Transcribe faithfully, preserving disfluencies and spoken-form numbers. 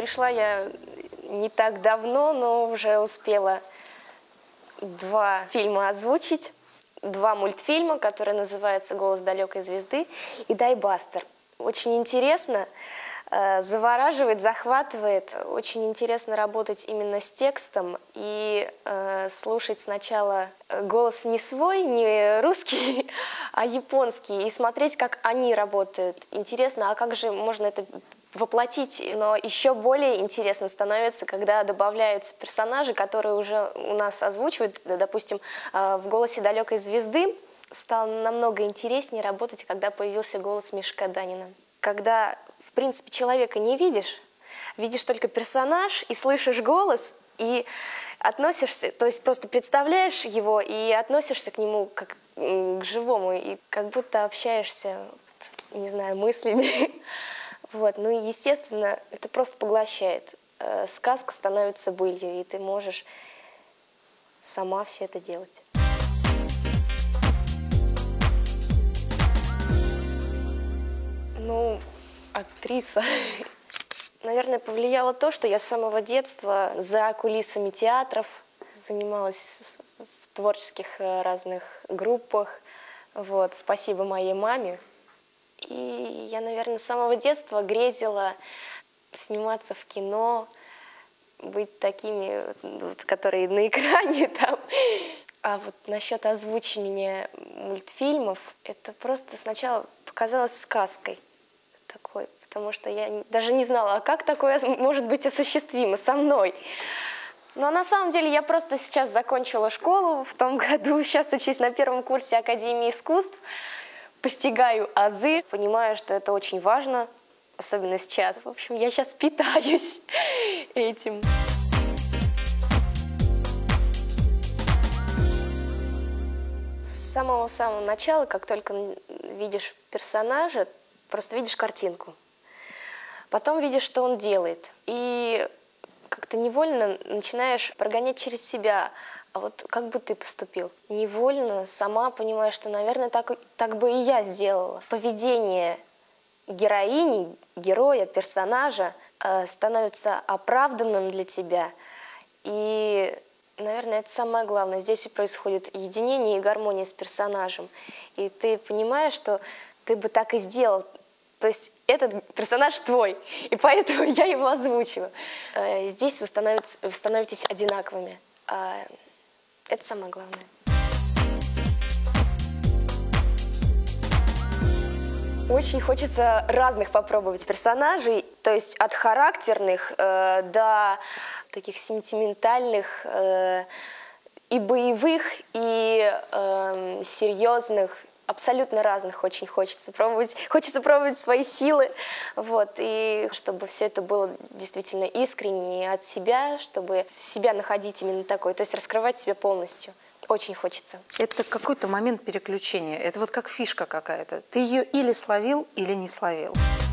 Пришла я не так давно, но уже успела два фильма озвучить, два мультфильма, которые называются «Голос далекой звезды» и «Дай Бастер». Очень интересно, завораживает, захватывает. Очень интересно работать именно с текстом и э, слушать сначала голос не свой, не русский, а японский, и смотреть, как они работают. Интересно, а как же можно это воплотить? Но еще более интересно становится, когда добавляются персонажи, которые уже у нас озвучивают. Допустим, в «Голосе далекой звезды» стало намного интереснее работать, когда появился голос Миши Каданина. Когда, в принципе, человека не видишь, видишь только персонаж и слышишь голос, и относишься, то есть просто представляешь его и относишься к нему как к живому, и как будто общаешься, не знаю, мыслями. Вот. Ну и, естественно, это просто поглощает. Сказка становится былью, и ты можешь сама все это делать. Ну, актриса. Наверное, повлияло то, что я с самого детства за кулисами театров занималась в творческих разных группах. Вот. Спасибо моей маме. И я, наверное, с самого детства грезила сниматься в кино, быть такими, вот, которые на экране там. А вот насчет озвучивания мультфильмов, это просто сначала показалось сказкой такой, потому что я даже не знала, а как такое может быть осуществимо со мной. Но на самом деле я просто сейчас закончила школу в том году, сейчас учусь на первом курсе Академии искусств, постигаю азы, понимаю, что это очень важно, особенно сейчас. В общем, я сейчас питаюсь этим. С самого-самого начала, как только видишь персонажа, просто видишь картинку. Потом видишь, что он делает. И как-то невольно начинаешь прогонять через себя. А вот как бы ты поступил? Невольно сама понимаешь, что, наверное, так, так бы и я сделала. Поведение героини, героя, персонажа э, становится оправданным для тебя. И, наверное, это самое главное. Здесь и происходит единение и гармония с персонажем. И ты понимаешь, что ты бы так и сделал. То есть этот персонаж твой, и поэтому я его озвучиваю. Э, здесь вы становитесь, вы становитесь одинаковыми. Э, это самое главное. Очень хочется разных попробовать персонажей, то есть от характерных э, до таких сентиментальных, э, и боевых, и э, серьезных, абсолютно разных очень хочется пробовать. Хочется пробовать свои силы, вот, и чтобы все это было действительно искренне от себя, чтобы себя находить именно такой, то есть раскрывать себя полностью. Очень хочется. Это какой-то момент переключения. Это вот как фишка какая-то. Ты ее или словил, или не словил.